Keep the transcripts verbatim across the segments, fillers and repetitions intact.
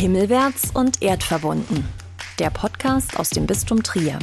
Himmelwärts und erdverbunden. Der Podcast aus dem Bistum Trier.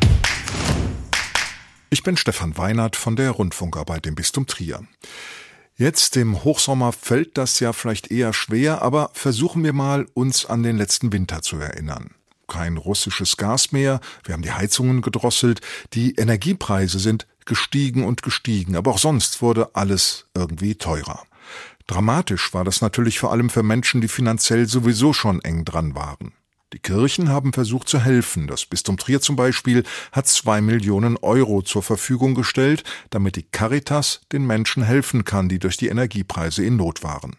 Ich bin Stefan Weinert von der Rundfunkarbeit im Bistum Trier. Jetzt im Hochsommer fällt das ja vielleicht eher schwer, aber versuchen wir mal, uns an den letzten Winter zu erinnern. Kein russisches Gas mehr, wir haben die Heizungen gedrosselt, die Energiepreise sind gestiegen und gestiegen, aber auch sonst wurde alles irgendwie teurer. Dramatisch war das natürlich vor allem für Menschen, die finanziell sowieso schon eng dran waren. Die Kirchen haben versucht zu helfen. Das Bistum Trier zum Beispiel hat zwei Millionen Euro zur Verfügung gestellt, damit die Caritas den Menschen helfen kann, die durch die Energiepreise in Not waren.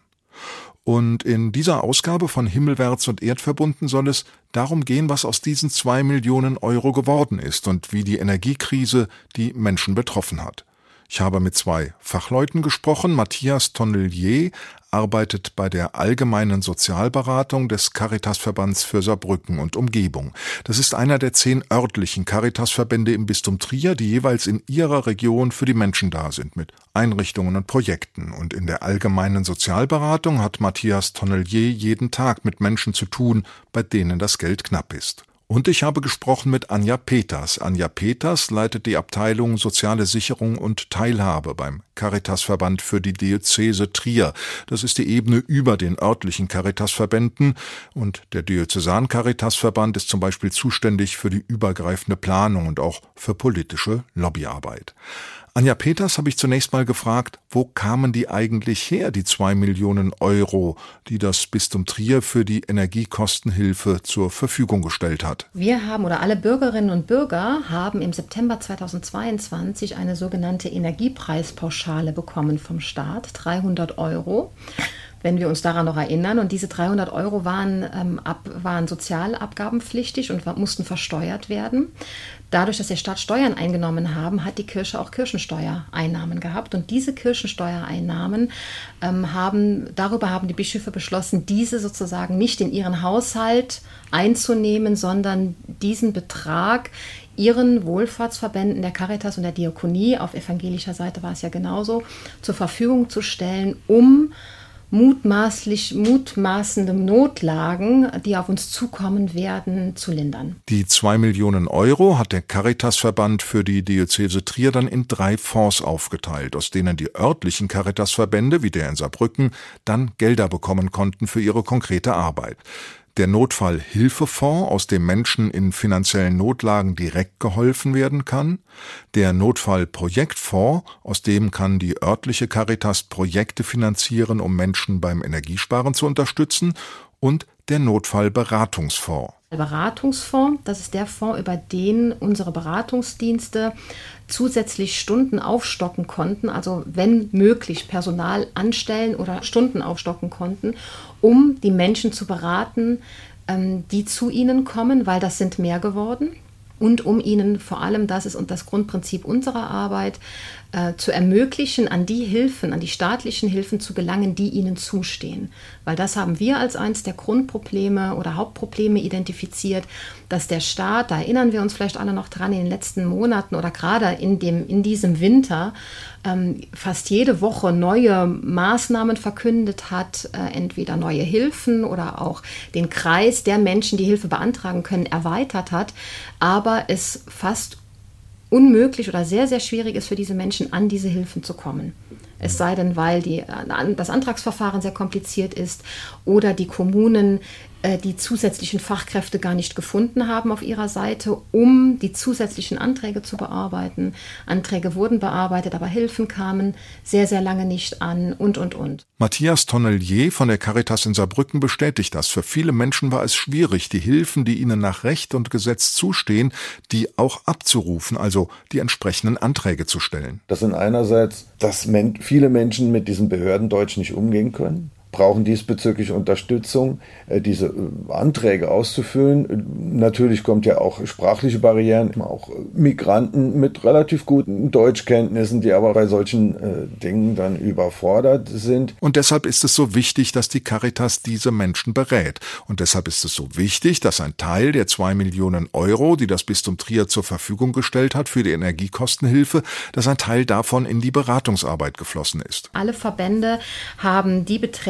Und in dieser Ausgabe von Himmelwärts und erdverbunden soll es darum gehen, was aus diesen zwei Millionen Euro geworden ist und wie die Energiekrise die Menschen betroffen hat. Ich habe mit zwei Fachleuten gesprochen. Matthias Tonnelier arbeitet bei der Allgemeinen Sozialberatung des Caritasverbands für Saarbrücken und Umgebung. Das ist einer der zehn örtlichen Caritasverbände im Bistum Trier, die jeweils in ihrer Region für die Menschen da sind, mit Einrichtungen und Projekten. Und in der Allgemeinen Sozialberatung hat Matthias Tonnelier jeden Tag mit Menschen zu tun, bei denen das Geld knapp ist. Und ich habe gesprochen mit Anja Peters. Anja Peters leitet die Abteilung Soziale Sicherung und Teilhabe beim Caritasverband für die Diözese Trier. Das ist die Ebene über den örtlichen Caritasverbänden. Und der Diözesan-Caritasverband ist zum Beispiel zuständig für die übergreifende Planung und auch für politische Lobbyarbeit. Anja Peters habe ich zunächst mal gefragt, wo kamen die eigentlich her, die zwei Millionen Euro, die das Bistum Trier für die Energiekostenhilfe zur Verfügung gestellt hat. Wir haben, oder alle Bürgerinnen und Bürger haben im September zweitausendzweiundzwanzig eine sogenannte Energiepreispauschale bekommen vom Staat, dreihundert Euro. Wenn wir uns daran noch erinnern. Und diese dreihundert Euro waren, ähm, ab, waren sozialabgabenpflichtig und mussten versteuert werden. Dadurch, dass der Staat Steuern eingenommen haben, hat die Kirche auch Kirchensteuereinnahmen gehabt. Und diese Kirchensteuereinnahmen ähm, haben, darüber haben die Bischöfe beschlossen, diese sozusagen nicht in ihren Haushalt einzunehmen, sondern diesen Betrag ihren Wohlfahrtsverbänden der Caritas und der Diakonie, auf evangelischer Seite war es ja genauso, zur Verfügung zu stellen, um mutmaßlich mutmaßende Notlagen, die auf uns zukommen werden, zu lindern. Die zwei Millionen Euro hat der Caritasverband für die Diözese Trier dann in drei Fonds aufgeteilt, aus denen die örtlichen Caritasverbände, wie der in Saarbrücken, dann Gelder bekommen konnten für ihre konkrete Arbeit. Der Notfallhilfefonds, aus dem Menschen in finanziellen Notlagen direkt geholfen werden kann. Der Notfallprojektfonds, aus dem kann die örtliche Caritas Projekte finanzieren, um Menschen beim Energiesparen zu unterstützen. Und der Notfallberatungsfonds. Der Beratungsfonds, das ist der Fonds, über den unsere Beratungsdienste zusätzlich Stunden aufstocken konnten, also wenn möglich Personal anstellen oder Stunden aufstocken konnten, um die Menschen zu beraten, die zu ihnen kommen, weil das sind mehr geworden. Und um ihnen vor allem, das ist und das Grundprinzip unserer Arbeit, äh, zu ermöglichen, an die Hilfen, an die staatlichen Hilfen zu gelangen, die ihnen zustehen. Weil das haben wir als eines der Grundprobleme oder Hauptprobleme identifiziert, dass der Staat, da erinnern wir uns vielleicht alle noch dran, in den letzten Monaten oder gerade in, dem, in diesem Winter ähm, fast jede Woche neue Maßnahmen verkündet hat, äh, entweder neue Hilfen oder auch den Kreis der Menschen, die Hilfe beantragen können, erweitert hat, aber es fast unmöglich oder sehr, sehr schwierig ist für diese Menschen, an diese Hilfen zu kommen. Es sei denn, weil die, das Antragsverfahren sehr kompliziert ist oder die Kommunen die zusätzlichen Fachkräfte gar nicht gefunden haben auf ihrer Seite, um die zusätzlichen Anträge zu bearbeiten. Anträge wurden bearbeitet, aber Hilfen kamen sehr, sehr lange nicht an und, und, und. Matthias Tonnelier von der Caritas in Saarbrücken bestätigt das. Für viele Menschen war es schwierig, die Hilfen, die ihnen nach Recht und Gesetz zustehen, die auch abzurufen, also die entsprechenden Anträge zu stellen. Das sind einerseits, dass viele Menschen mit diesem Behördendeutsch nicht umgehen können. brauchen diesbezüglich Unterstützung, diese Anträge auszufüllen. Natürlich kommt ja auch sprachliche Barrieren, auch Migranten mit relativ guten Deutschkenntnissen, die aber bei solchen äh, Dingen dann überfordert sind. Und deshalb ist es so wichtig, dass die Caritas diese Menschen berät. Und deshalb ist es so wichtig, dass ein Teil der zwei Millionen Euro, die das Bistum Trier zur Verfügung gestellt hat für die Energiekostenhilfe, dass ein Teil davon in die Beratungsarbeit geflossen ist. Alle Verbände haben die Beträge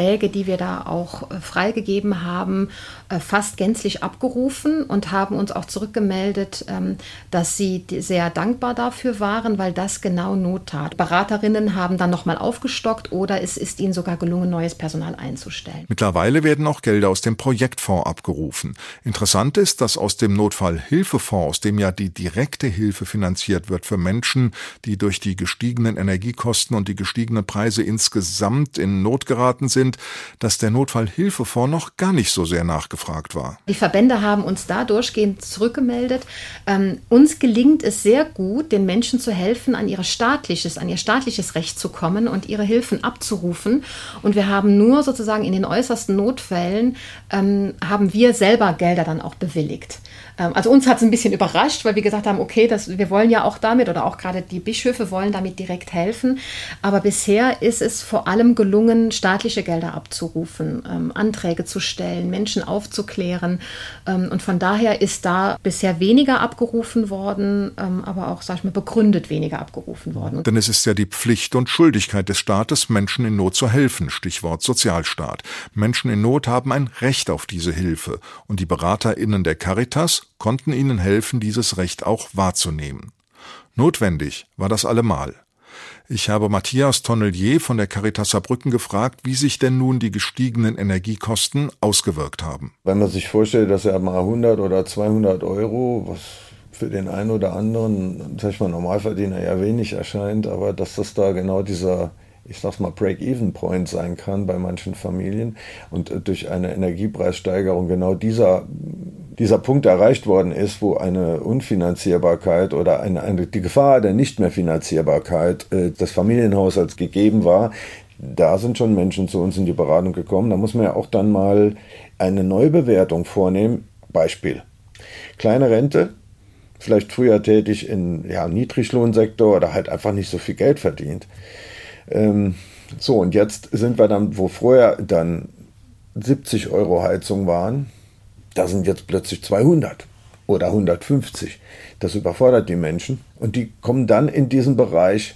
Beträge, die wir da auch äh, freigegeben haben, äh, fast gänzlich abgerufen und haben uns auch zurückgemeldet, ähm, dass sie sehr dankbar dafür waren, weil das genau Not tat. Beraterinnen haben dann nochmal aufgestockt oder es ist ihnen sogar gelungen, neues Personal einzustellen. Mittlerweile werden auch Gelder aus dem Projektfonds abgerufen. Interessant ist, dass aus dem Notfallhilfefonds, aus dem ja die direkte Hilfe finanziert wird für Menschen, die durch die gestiegenen Energiekosten und die gestiegenen Preise insgesamt in Not geraten sind, dass der Notfallhilfefonds noch gar nicht so sehr nachgefragt war. Die Verbände haben uns da durchgehend zurückgemeldet. Ähm, uns gelingt es sehr gut, den Menschen zu helfen, an ihre staatliches, an ihr staatliches Recht zu kommen und ihre Hilfen abzurufen. Und wir haben nur sozusagen in den äußersten Notfällen ähm, haben wir selber Gelder dann auch bewilligt. Ähm, also uns hat es ein bisschen überrascht, weil wir gesagt haben, okay, das, wir wollen ja auch damit oder auch gerade die Bischöfe wollen damit direkt helfen. Aber bisher ist es vor allem gelungen, staatliche Gelder abzurufen, ähm, Anträge zu stellen, Menschen aufzuklären. Ähm, und von daher ist da bisher weniger abgerufen worden, ähm, aber auch, sag ich mal, begründet weniger abgerufen worden. Denn es ist ja die Pflicht und Schuldigkeit des Staates, Menschen in Not zu helfen. Stichwort Sozialstaat. Menschen in Not haben ein Recht auf diese Hilfe. Und die BeraterInnen der Caritas konnten ihnen helfen, dieses Recht auch wahrzunehmen. Notwendig war das allemal. Ich habe Matthias Tonnelier von der Caritas Saarbrücken gefragt, wie sich denn nun die gestiegenen Energiekosten ausgewirkt haben. Wenn man sich vorstellt, dass ja mal hundert oder zweihundert Euro, was für den einen oder anderen, sag ich mal, Normalverdiener ja wenig erscheint, aber dass das da genau dieser, ich sag's mal, Break-Even-Point sein kann bei manchen Familien und durch eine Energiepreissteigerung genau dieser, dieser Punkt erreicht worden ist, wo eine Unfinanzierbarkeit oder eine, eine, die Gefahr der Nicht-mehr-Finanzierbarkeit äh, des Familienhaushalts gegeben war. Da sind schon Menschen zu uns in die Beratung gekommen. Da muss man ja auch dann mal eine Neubewertung vornehmen. Beispiel: kleine Rente, vielleicht früher tätig im ja, Niedriglohnsektor oder halt einfach nicht so viel Geld verdient. Ähm, so, und jetzt sind wir dann, wo vorher dann siebzig Euro Heizung waren, da sind jetzt plötzlich zweihundert oder hundertfünfzig. Das überfordert die Menschen und die kommen dann in diesen Bereich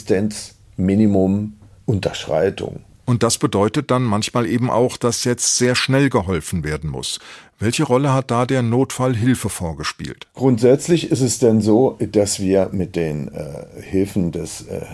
Existenzminimum Unterschreitung. Und das bedeutet dann manchmal eben auch, dass jetzt sehr schnell geholfen werden muss. Welche Rolle hat da der Notfallhilfefonds gespielt? Grundsätzlich ist es denn so, dass wir mit den äh, Hilfen des äh,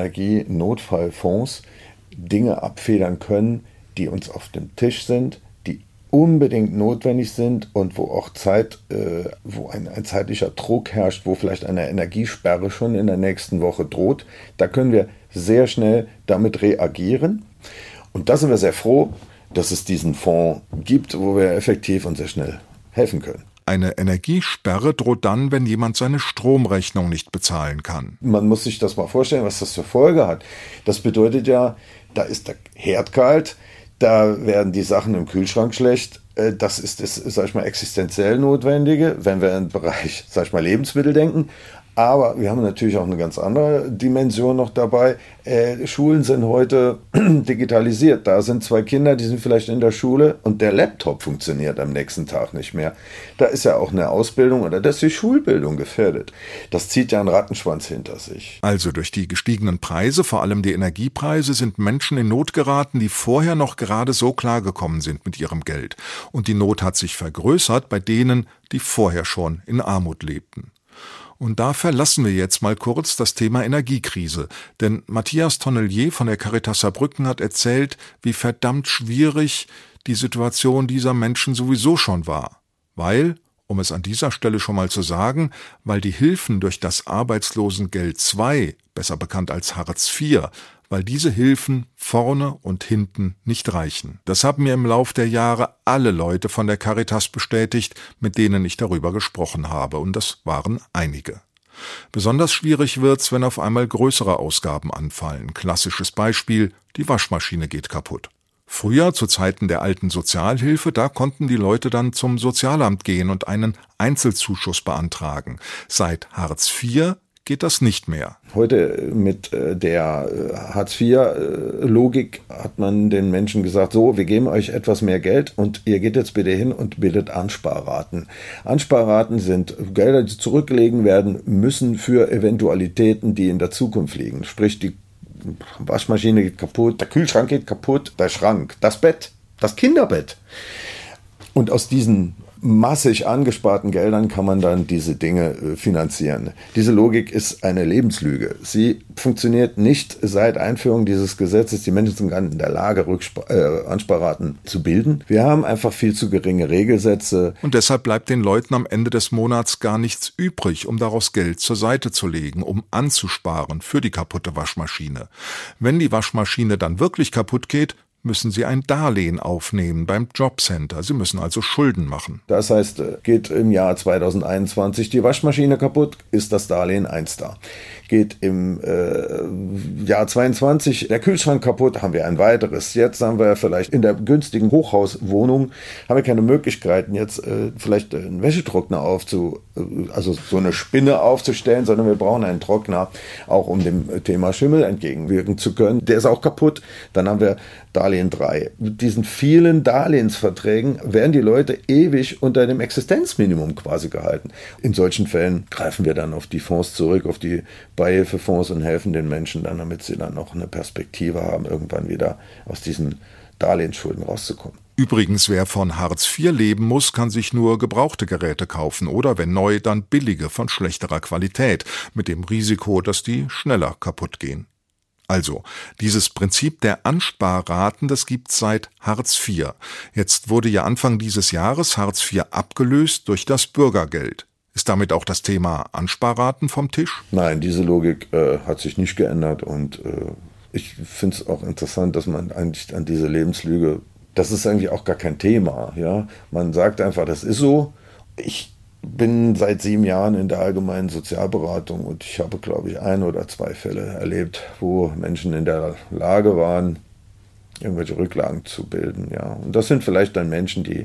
Energienotfallfonds Dinge abfedern können, die uns auf dem Tisch sind, die unbedingt notwendig sind und wo auch Zeit, äh, wo ein, ein zeitlicher Druck herrscht, wo vielleicht eine Energiesperre schon in der nächsten Woche droht. Da können wir sehr schnell damit reagieren. Und da sind wir sehr froh, dass es diesen Fonds gibt, wo wir effektiv und sehr schnell helfen können. Eine Energiesperre droht dann, wenn jemand seine Stromrechnung nicht bezahlen kann. Man muss sich das mal vorstellen, was das zur Folge hat. Das bedeutet ja, da ist der Herd kalt, da werden die Sachen im Kühlschrank schlecht. Das ist das, sag ich mal, existenziell Notwendige, wenn wir im Bereich, sag ich mal, Lebensmittel denken. Aber wir haben natürlich auch eine ganz andere Dimension noch dabei. Äh, Schulen sind heute digitalisiert. Da sind zwei Kinder, die sind vielleicht in der Schule und der Laptop funktioniert am nächsten Tag nicht mehr. Da ist ja auch eine Ausbildung oder da ist die Schulbildung gefährdet. Das zieht ja einen Rattenschwanz hinter sich. Also durch die gestiegenen Preise, vor allem die Energiepreise, sind Menschen in Not geraten, die vorher noch gerade so klargekommen sind mit ihrem Geld. Und die Not hat sich vergrößert bei denen, die vorher schon in Armut lebten. Und da verlassen wir jetzt mal kurz das Thema Energiekrise. Denn Matthias Tonnelier von der Caritas Saarbrücken hat erzählt, wie verdammt schwierig die Situation dieser Menschen sowieso schon war. Weil, um es an dieser Stelle schon mal zu sagen, weil die Hilfen durch das Arbeitslosengeld zwei, besser bekannt als Hartz vier, weil diese Hilfen vorne und hinten nicht reichen. Das haben mir im Lauf der Jahre alle Leute von der Caritas bestätigt, mit denen ich darüber gesprochen habe, und das waren einige. Besonders schwierig wird's, wenn auf einmal größere Ausgaben anfallen. Klassisches Beispiel: die Waschmaschine geht kaputt. Früher, zu Zeiten der alten Sozialhilfe, da konnten die Leute dann zum Sozialamt gehen und einen Einzelzuschuss beantragen. Seit Hartz vier geht das nicht mehr. Heute mit der Hartz vier Logik hat man den Menschen gesagt, so, wir geben euch etwas mehr Geld und ihr geht jetzt bitte hin und bildet Ansparraten. Ansparraten sind Gelder, die zurückgelegen werden müssen für Eventualitäten, die in der Zukunft liegen. Sprich, die Waschmaschine geht kaputt, der Kühlschrank geht kaputt, der Schrank, das Bett, das Kinderbett. Und aus diesen massig angesparten Geldern kann man dann diese Dinge finanzieren. Diese Logik ist eine Lebenslüge. Sie funktioniert nicht seit Einführung dieses Gesetzes. Die Menschen sind gar nicht in der Lage, Rückspar- äh, Ansparraten zu bilden. Wir haben einfach viel zu geringe Regelsätze. Und deshalb bleibt den Leuten am Ende des Monats gar nichts übrig, um daraus Geld zur Seite zu legen, um anzusparen für die kaputte Waschmaschine. Wenn die Waschmaschine dann wirklich kaputt geht, müssen sie ein Darlehen aufnehmen beim Jobcenter. Sie müssen also Schulden machen. Das heißt, geht im Jahr zweitausendeinundzwanzig die Waschmaschine kaputt, ist das Darlehen eins da. Geht im äh, Jahr zweiundzwanzig der Kühlschrank kaputt, haben wir ein weiteres. Jetzt haben wir vielleicht in der günstigen Hochhauswohnung, haben wir keine Möglichkeiten, jetzt äh, vielleicht einen Wäschetrockner aufzu, äh, also so eine Spinne aufzustellen, sondern wir brauchen einen Trockner, auch um dem Thema Schimmel entgegenwirken zu können. Der ist auch kaputt. Dann haben wir Darlehen drei. Mit diesen vielen Darlehensverträgen werden die Leute ewig unter dem Existenzminimum quasi gehalten. In solchen Fällen greifen wir dann auf die Fonds zurück, auf die Beihilfefonds und helfen den Menschen dann, damit sie dann noch eine Perspektive haben, irgendwann wieder aus diesen Darlehensschulden rauszukommen. Übrigens, wer von Hartz vier leben muss, kann sich nur gebrauchte Geräte kaufen oder, wenn neu, dann billige von schlechterer Qualität, mit dem Risiko, dass die schneller kaputt gehen. Also, dieses Prinzip der Ansparraten, das gibt's seit Hartz vier. Jetzt wurde ja Anfang dieses Jahres Hartz vier abgelöst durch das Bürgergeld. Ist damit auch das Thema Ansparraten vom Tisch? Nein, diese Logik äh, hat sich nicht geändert und äh, ich finde es auch interessant, dass man eigentlich an diese Lebenslüge, das ist eigentlich auch gar kein Thema. Ja? Man sagt einfach, das ist so. Ich bin seit sieben Jahren in der allgemeinen Sozialberatung und ich habe, glaube ich, ein oder zwei Fälle erlebt, wo Menschen in der Lage waren, irgendwelche Rücklagen zu bilden. Ja. Und das sind vielleicht dann Menschen, die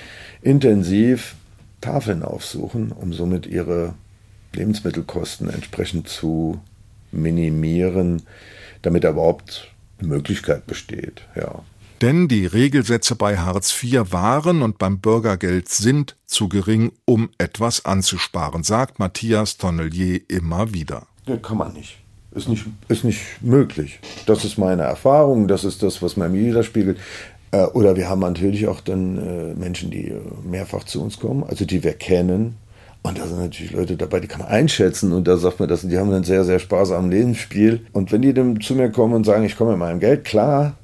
intensiv Tafeln aufsuchen, um somit ihre Lebensmittelkosten entsprechend zu minimieren, damit überhaupt eine Möglichkeit besteht. Ja. Denn die Regelsätze bei Hartz vier waren und beim Bürgergeld sind zu gering, um etwas anzusparen, sagt Matthias Tonnelier immer wieder. Ja, kann man nicht. Ist nicht, ist nicht möglich. Das ist meine Erfahrung, das ist das, was mir widerspiegelt. Oder wir haben natürlich auch dann Menschen, die mehrfach zu uns kommen, also die wir kennen. Und da sind natürlich Leute dabei, die kann man einschätzen. Und da sagt man, das, die haben einen sehr, sehr sparsamen Lebensspiel. Und wenn die dann zu mir kommen und sagen, ich komme mit meinem Geld klar,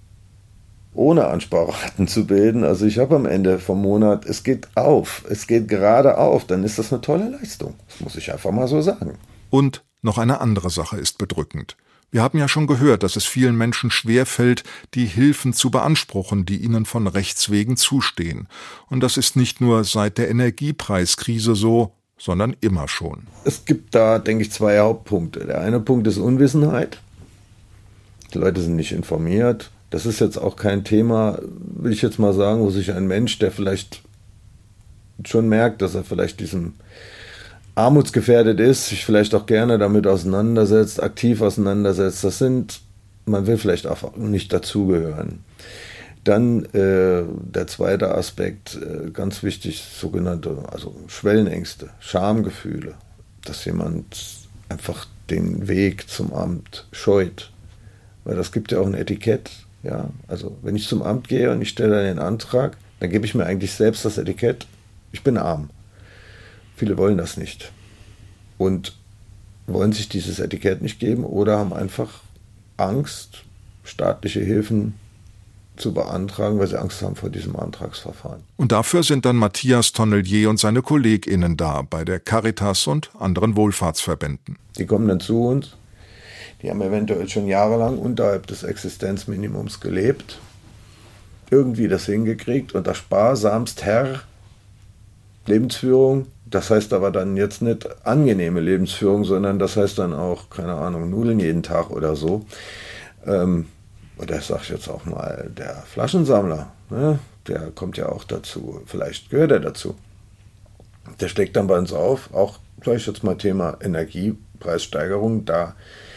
ohne Ansparraten zu bilden, also ich habe am Ende vom Monat, es geht auf, es geht gerade auf, dann ist das eine tolle Leistung. Das muss ich einfach mal so sagen. Und noch eine andere Sache ist bedrückend. Wir haben ja schon gehört, dass es vielen Menschen schwerfällt, die Hilfen zu beanspruchen, die ihnen von Rechts wegen zustehen. Und das ist nicht nur seit der Energiepreiskrise so, sondern immer schon. Es gibt da, denke ich, zwei Hauptpunkte. Der eine Punkt ist Unwissenheit. Die Leute sind nicht informiert. Das ist jetzt auch kein Thema, will ich jetzt mal sagen, wo sich ein Mensch, der vielleicht schon merkt, dass er vielleicht diesem armutsgefährdet ist, sich vielleicht auch gerne damit auseinandersetzt, aktiv auseinandersetzt. Das sind, man will vielleicht auch nicht dazugehören. Dann äh, der zweite Aspekt, äh, ganz wichtig, sogenannte, also Schwellenängste, Schamgefühle, dass jemand einfach den Weg zum Amt scheut. Weil das gibt ja auch ein Etikett. Ja, also wenn ich zum Amt gehe und ich stelle dann den Antrag, dann gebe ich mir eigentlich selbst das Etikett, ich bin arm. Viele wollen das nicht und wollen sich dieses Etikett nicht geben oder haben einfach Angst, staatliche Hilfen zu beantragen, weil sie Angst haben vor diesem Antragsverfahren. Und dafür sind dann Matthias Tonnelier und seine KollegInnen da, bei der Caritas und anderen Wohlfahrtsverbänden. Die kommen dann zu uns. Die haben eventuell schon jahrelang unterhalb des Existenzminimums gelebt, irgendwie das hingekriegt unter sparsamst Herr Lebensführung. Das heißt aber dann jetzt nicht angenehme Lebensführung, sondern das heißt dann auch, keine Ahnung, Nudeln jeden Tag oder so. Ähm, oder sag ich jetzt auch mal, der Flaschensammler, ne? Der kommt ja auch dazu, vielleicht gehört er dazu. Der steckt dann bei uns auf, auch sag ich jetzt mal Thema Energiepreissteigerung, da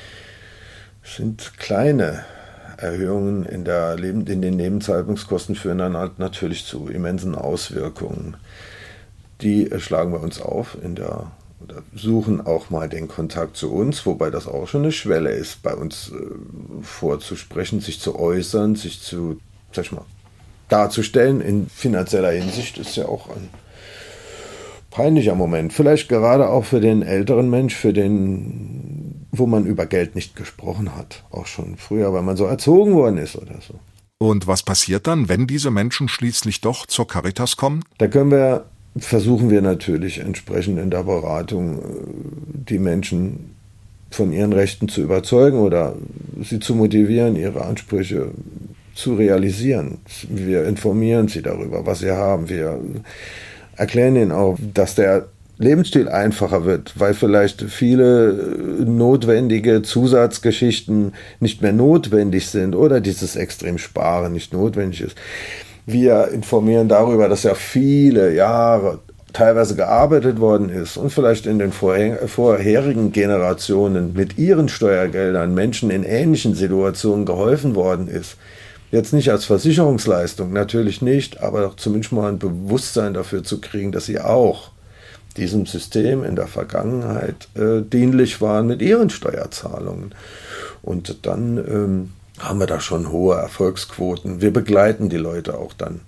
sind kleine Erhöhungen in, der Leben, in den Lebenshaltungskosten führen dann halt natürlich zu immensen Auswirkungen. Die schlagen wir uns auf in der oder suchen auch mal den Kontakt zu uns, wobei das auch schon eine Schwelle ist, bei uns äh, vorzusprechen, sich zu äußern, sich zu, sag ich mal, darzustellen. In finanzieller Hinsicht ist ja auch ein peinlicher Moment. Vielleicht gerade auch für den älteren Mensch, für den, wo man über Geld nicht gesprochen hat. Auch schon früher, weil man so erzogen worden ist oder so. Und was passiert dann, wenn diese Menschen schließlich doch zur Caritas kommen? Da können wir, versuchen wir natürlich entsprechend in der Beratung die Menschen von ihren Rechten zu überzeugen oder sie zu motivieren, ihre Ansprüche zu realisieren. Wir informieren sie darüber, was sie haben. Wir erklären ihnen auch, dass der Lebensstil einfacher wird, weil vielleicht viele notwendige Zusatzgeschichten nicht mehr notwendig sind oder dieses extrem Sparen nicht notwendig ist. Wir informieren darüber, dass ja viele Jahre teilweise gearbeitet worden ist und vielleicht in den vorherigen Generationen mit ihren Steuergeldern Menschen in ähnlichen Situationen geholfen worden ist. Jetzt nicht als Versicherungsleistung, natürlich nicht, aber doch zumindest mal ein Bewusstsein dafür zu kriegen, dass sie auch diesem System in der Vergangenheit äh, dienlich waren mit ihren Steuerzahlungen. Und dann ähm, haben wir da schon hohe Erfolgsquoten. Wir begleiten die Leute auch dann.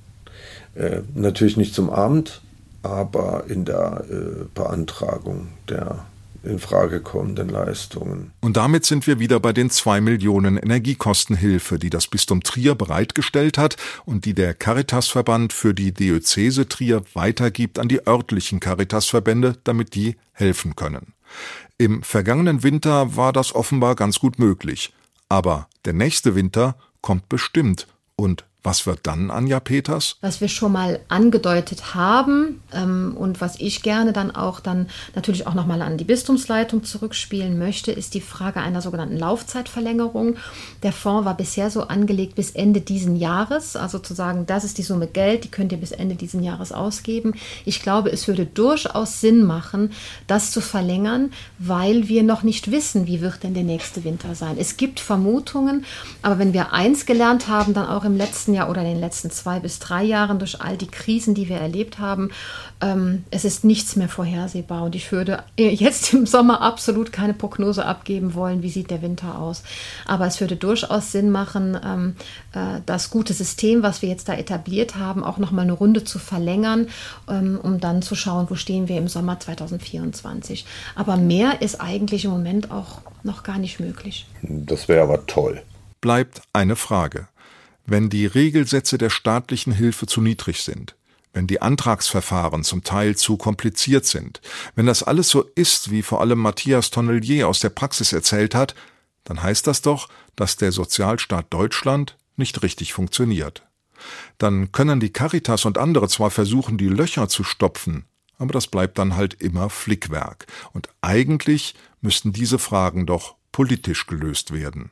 Äh, natürlich nicht zum Amt, aber in der äh, Beantragung der in Frage kommenden Leistungen. Und damit sind wir wieder bei den zwei Millionen Energiekostenhilfe, die das Bistum Trier bereitgestellt hat und die der Caritasverband für die Diözese Trier weitergibt an die örtlichen Caritasverbände, damit die helfen können. Im vergangenen Winter war das offenbar ganz gut möglich. Aber der nächste Winter kommt bestimmt. Und was wird dann, Anja Peters? Was wir schon mal angedeutet haben ähm, und was ich gerne dann auch dann natürlich auch nochmal an die Bistumsleitung zurückspielen möchte, ist die Frage einer sogenannten Laufzeitverlängerung. Der Fonds war bisher so angelegt bis Ende diesen Jahres, also zu sagen, das ist die Summe Geld, die könnt ihr bis Ende diesen Jahres ausgeben. Ich glaube, es würde durchaus Sinn machen, das zu verlängern, weil wir noch nicht wissen, wie wird denn der nächste Winter sein. Es gibt Vermutungen, aber wenn wir eins gelernt haben, dann auch im letzten Jahr oder in den letzten zwei bis drei Jahren durch all die Krisen, die wir erlebt haben, ähm, es ist nichts mehr vorhersehbar. Und ich würde jetzt im Sommer absolut keine Prognose abgeben wollen, wie sieht der Winter aus. Aber es würde durchaus Sinn machen, ähm, äh, das gute System, was wir jetzt da etabliert haben, auch nochmal eine Runde zu verlängern, ähm, um dann zu schauen, wo stehen wir im Sommer zwanzig vierundzwanzig. Aber mehr ist eigentlich im Moment auch noch gar nicht möglich. Das wäre aber toll. Bleibt eine Frage. Wenn die Regelsätze der staatlichen Hilfe zu niedrig sind, wenn die Antragsverfahren zum Teil zu kompliziert sind, wenn das alles so ist, wie vor allem Matthias Tonnelier aus der Praxis erzählt hat, dann heißt das doch, dass der Sozialstaat Deutschland nicht richtig funktioniert. Dann können die Caritas und andere zwar versuchen, die Löcher zu stopfen, aber das bleibt dann halt immer Flickwerk. Und eigentlich müssten diese Fragen doch politisch gelöst werden.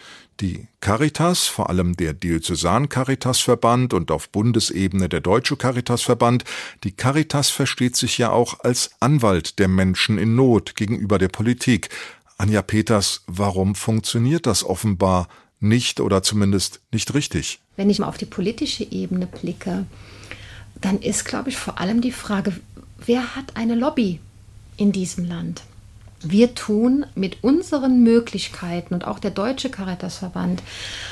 Die Caritas, vor allem der Diözesan-Caritasverband und auf Bundesebene der Deutsche Caritasverband, die Caritas versteht sich ja auch als Anwalt der Menschen in Not gegenüber der Politik. Anja Peters, warum funktioniert das offenbar nicht oder zumindest nicht richtig? Wenn ich mal auf die politische Ebene blicke, dann ist, glaube ich, vor allem die Frage, wer hat eine Lobby in diesem Land? Wir tun mit unseren Möglichkeiten und auch der Deutsche Caritasverband,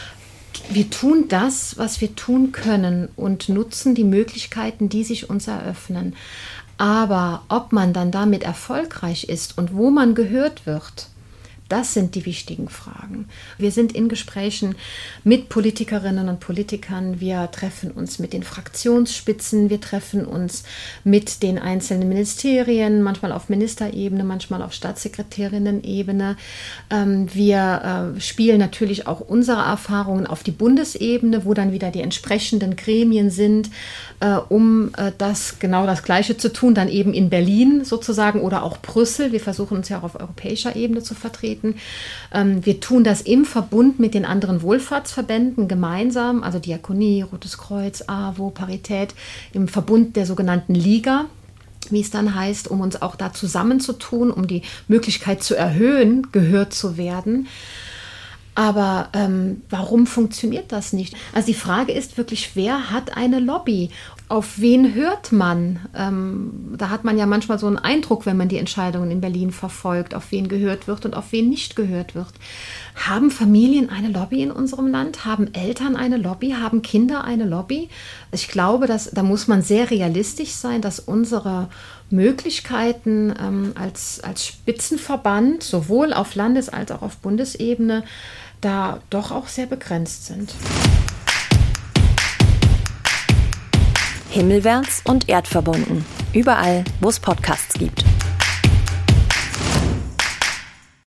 wir tun das, was wir tun können und nutzen die Möglichkeiten, die sich uns eröffnen. Aber ob man dann damit erfolgreich ist und wo man gehört wird, das sind die wichtigen Fragen. Wir sind in Gesprächen mit Politikerinnen und Politikern. Wir treffen uns mit den Fraktionsspitzen. Wir treffen uns mit den einzelnen Ministerien, manchmal auf Ministerebene, manchmal auf Staatssekretärinnen-Ebene. Wir spielen natürlich auch unsere Erfahrungen auf die Bundesebene, wo dann wieder die entsprechenden Gremien sind, um das genau das Gleiche zu tun, dann eben in Berlin sozusagen oder auch Brüssel. Wir versuchen uns ja auch auf europäischer Ebene zu vertreten. Wir tun das im Verbund mit den anderen Wohlfahrtsverbänden gemeinsam, also Diakonie, Rotes Kreuz, A W O, Parität, im Verbund der sogenannten Liga, wie es dann heißt, um uns auch da zusammenzutun, um die Möglichkeit zu erhöhen, gehört zu werden. Aber ähm, warum funktioniert das nicht? Also die Frage ist wirklich, wer hat eine Lobby? Auf wen hört man? Ähm, da hat man ja manchmal so einen Eindruck, wenn man die Entscheidungen in Berlin verfolgt, auf wen gehört wird und auf wen nicht gehört wird. Haben Familien eine Lobby in unserem Land? Haben Eltern eine Lobby? Haben Kinder eine Lobby? Ich glaube, dass, da muss man sehr realistisch sein, dass unsere Möglichkeiten ähm, als, als Spitzenverband, sowohl auf Landes- als auch auf Bundesebene, da doch auch sehr begrenzt sind. Himmelwärts und erdverbunden. Überall, wo es Podcasts gibt.